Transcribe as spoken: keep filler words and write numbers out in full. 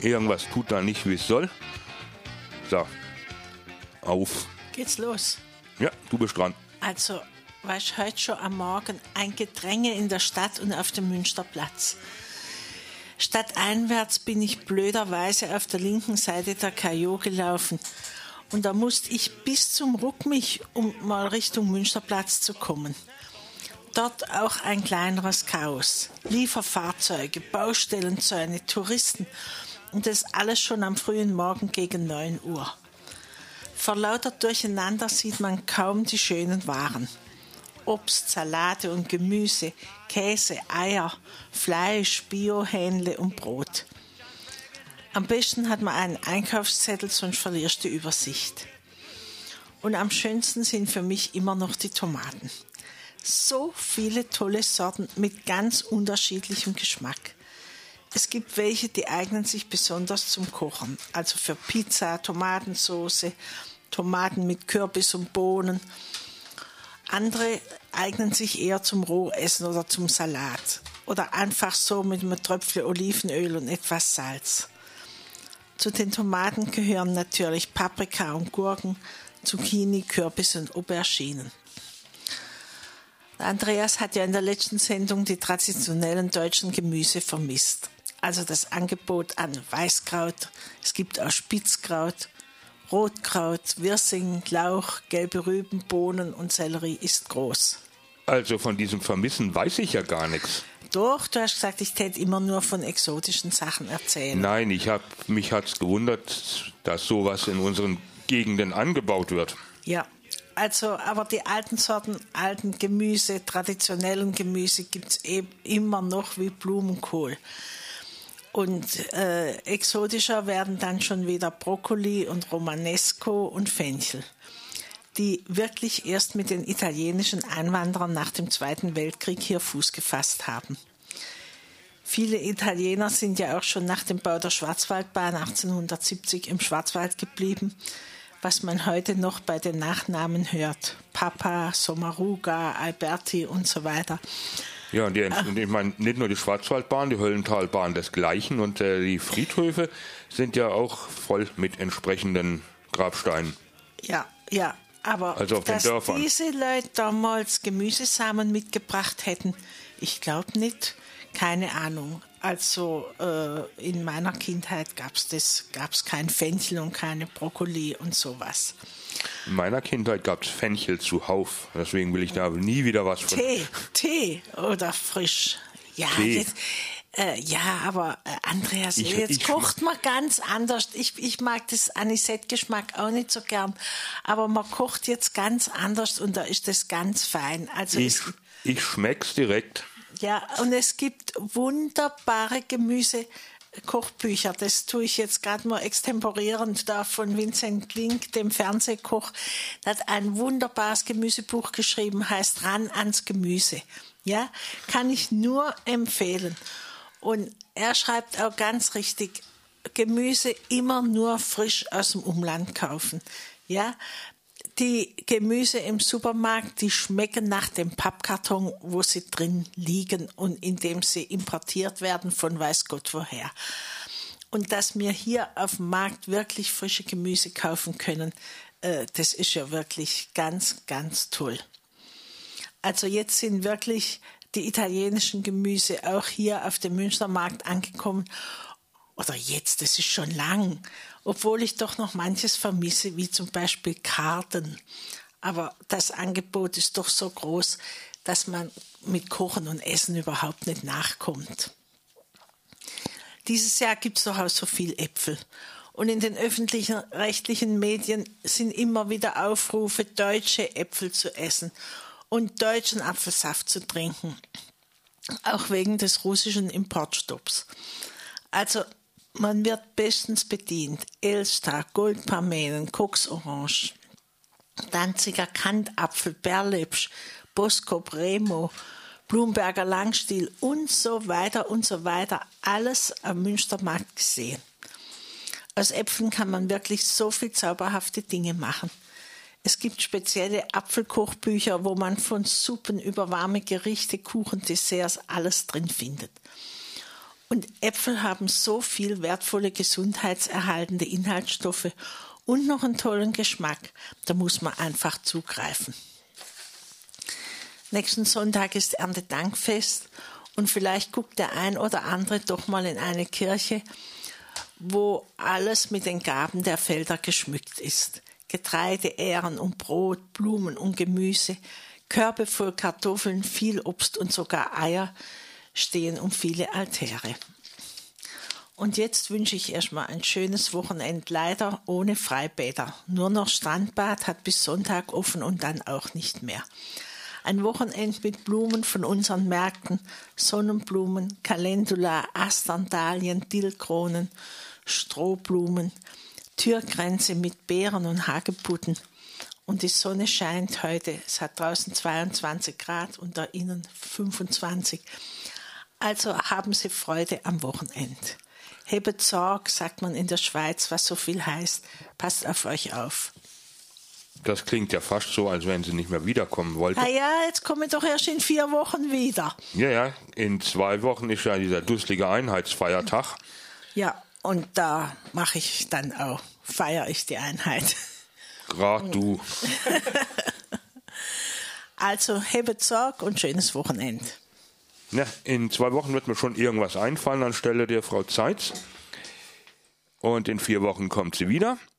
Irgendwas tut da nicht, wie es soll. So, auf. Geht's los? Ja, du bist dran. Also, war ich heute schon am Morgen ein Gedränge in der Stadt und auf dem Münsterplatz. Stadteinwärts bin ich blöderweise auf der linken Seite der K J gelaufen. Und da musste ich bis zum Ruckmich, um mal Richtung Münsterplatz zu kommen. Dort auch ein kleineres Chaos. Lieferfahrzeuge, Baustellenzäune, Touristen. Und das alles schon am frühen Morgen gegen neun Uhr. Vor lauter Durcheinander sieht man kaum die schönen Waren. Obst, Salate und Gemüse, Käse, Eier, Fleisch, Biohähnle und Brot. Am besten hat man einen Einkaufszettel, sonst verlierst du die Übersicht. Und am schönsten sind für mich immer noch die Tomaten. So viele tolle Sorten mit ganz unterschiedlichem Geschmack. Es gibt welche, die eignen sich besonders zum Kochen, also für Pizza, Tomatensauce, Tomaten mit Kürbis und Bohnen. Andere eignen sich eher zum Rohessen oder zum Salat oder einfach so mit einem Tröpfchen Olivenöl und etwas Salz. Zu den Tomaten gehören natürlich Paprika und Gurken, Zucchini, Kürbis und Auberginen. Andreas hat ja in der letzten Sendung die traditionellen deutschen Gemüse vermisst. Also das Angebot an Weißkraut, es gibt auch Spitzkraut, Rotkraut, Wirsing, Lauch, gelbe Rüben, Bohnen und Sellerie ist groß. Also von diesem Vermissen weiß ich ja gar nichts. Doch, du hast gesagt, ich täte immer nur von exotischen Sachen erzählen. Nein, ich hab, mich hat's gewundert, dass sowas in unseren Gegenden angebaut wird. Ja, also, aber die alten Sorten, alten Gemüse, traditionellen Gemüse gibt's eben immer noch wie Blumenkohl. Und äh, exotischer werden dann schon wieder Brokkoli und Romanesco und Fenchel, die wirklich erst mit den italienischen Einwanderern nach dem Zweiten Weltkrieg hier Fuß gefasst haben. Viele Italiener sind ja auch schon nach dem Bau der Schwarzwaldbahn achtzehnhundertsiebzig im Schwarzwald geblieben, was man heute noch bei den Nachnamen hört. Papa, Sommaruga, Alberti und so weiter. Ja, und, die, und ich meine, nicht nur die Schwarzwaldbahn, die Höllentalbahn desgleichen und äh, die Friedhöfe sind ja auch voll mit entsprechenden Grabsteinen. Ja, ja, aber also auf dass den Dörfern. Diese Leute damals Gemüsesamen mitgebracht hätten, ich glaube nicht, keine Ahnung. Also äh, in meiner Kindheit gab es das, gab's kein Fenchel und keine Brokkoli und sowas. In meiner Kindheit gab es Fenchel zuhauf, deswegen will ich da nie wieder was von... Tee, Tee oder frisch. Ja, Tee. Jetzt, äh, ja, aber äh, Andreas, Ich- jetzt ich- kocht man ganz anders. Ich, ich mag das Anisette-Geschmack auch nicht so gern, aber man kocht jetzt ganz anders und da ist das ganz fein. Also Ich, es, ich schmeck's direkt. ja, und es gibt wunderbare Gemüse-Kochbücher. Das tue ich jetzt gerade mal extemporierend da von Vincent Klink, dem Fernsehkoch. Der hat ein wunderbares Gemüsebuch geschrieben, heißt Ran ans Gemüse. Ja, kann ich nur empfehlen. Und er schreibt auch ganz richtig, Gemüse immer nur frisch aus dem Umland kaufen. Ja, die Gemüse im Supermarkt, die schmecken nach dem Pappkarton, wo sie drin liegen und in dem sie importiert werden von weiß Gott woher. Und dass wir hier auf dem Markt wirklich frische Gemüse kaufen können, äh, das ist ja wirklich ganz, ganz toll. Also jetzt sind wirklich die italienischen Gemüse auch hier auf dem Münstermarkt angekommen. Oder jetzt, das ist schon lang. Obwohl ich doch noch manches vermisse, wie zum Beispiel Karten. Aber das Angebot ist doch so groß, dass man mit Kochen und Essen überhaupt nicht nachkommt. Dieses Jahr gibt es doch auch so viel Äpfel. Und in den öffentlichen rechtlichen Medien sind immer wieder Aufrufe, deutsche Äpfel zu essen und deutschen Apfelsaft zu trinken. Auch wegen des russischen Importstopps. Also man wird bestens bedient. Elstar, Goldpamenen, Cox Orange, Danziger Kantapfel, Berlepsch, Boskop, Remo, Blumberger Langstiel und so weiter und so weiter. Alles am Münstermarkt gesehen. Aus Äpfeln kann man wirklich so viel zauberhafte Dinge machen. Es gibt spezielle Apfelkochbücher, wo man von Suppen über warme Gerichte, Kuchen, Desserts alles drin findet. Und Äpfel haben so viel wertvolle, gesundheitserhaltende Inhaltsstoffe und noch einen tollen Geschmack. Da muss man einfach zugreifen. Nächsten Sonntag ist Erntedankfest und vielleicht guckt der ein oder andere doch mal in eine Kirche, wo alles mit den Gaben der Felder geschmückt ist. Getreide, Ähren und Brot, Blumen und Gemüse, Körbe voll Kartoffeln, viel Obst und sogar Eier stehen um viele Altäre. Und jetzt wünsche ich erstmal ein schönes Wochenende, leider ohne Freibäder. Nur noch Strandbad hat bis Sonntag offen und dann auch nicht mehr. Ein Wochenende mit Blumen von unseren Märkten, Sonnenblumen, Calendula, Astern, Dahlien, Dillkronen, Strohblumen, Türkränze mit Beeren und Hagebutten. Und die Sonne scheint heute. Es hat draußen zweiundzwanzig Grad und da innen fünfundzwanzig. Also haben Sie Freude am Wochenende. Hebet Sorg, sagt man in der Schweiz, was so viel heißt. Passt auf euch auf. Das klingt ja fast so, als wenn Sie nicht mehr wiederkommen wollten. Na ja, jetzt komme ich doch erst in vier Wochen wieder. Ja, ja, in zwei Wochen ist ja dieser dusselige Einheitsfeiertag. Ja, und da mache ich dann auch, feiere ich die Einheit. Gerade du. Also, hebet Sorg und schönes Wochenende. Ja, in zwei Wochen wird mir schon irgendwas einfallen anstelle der Frau Zeitz. Und in vier Wochen kommt sie wieder.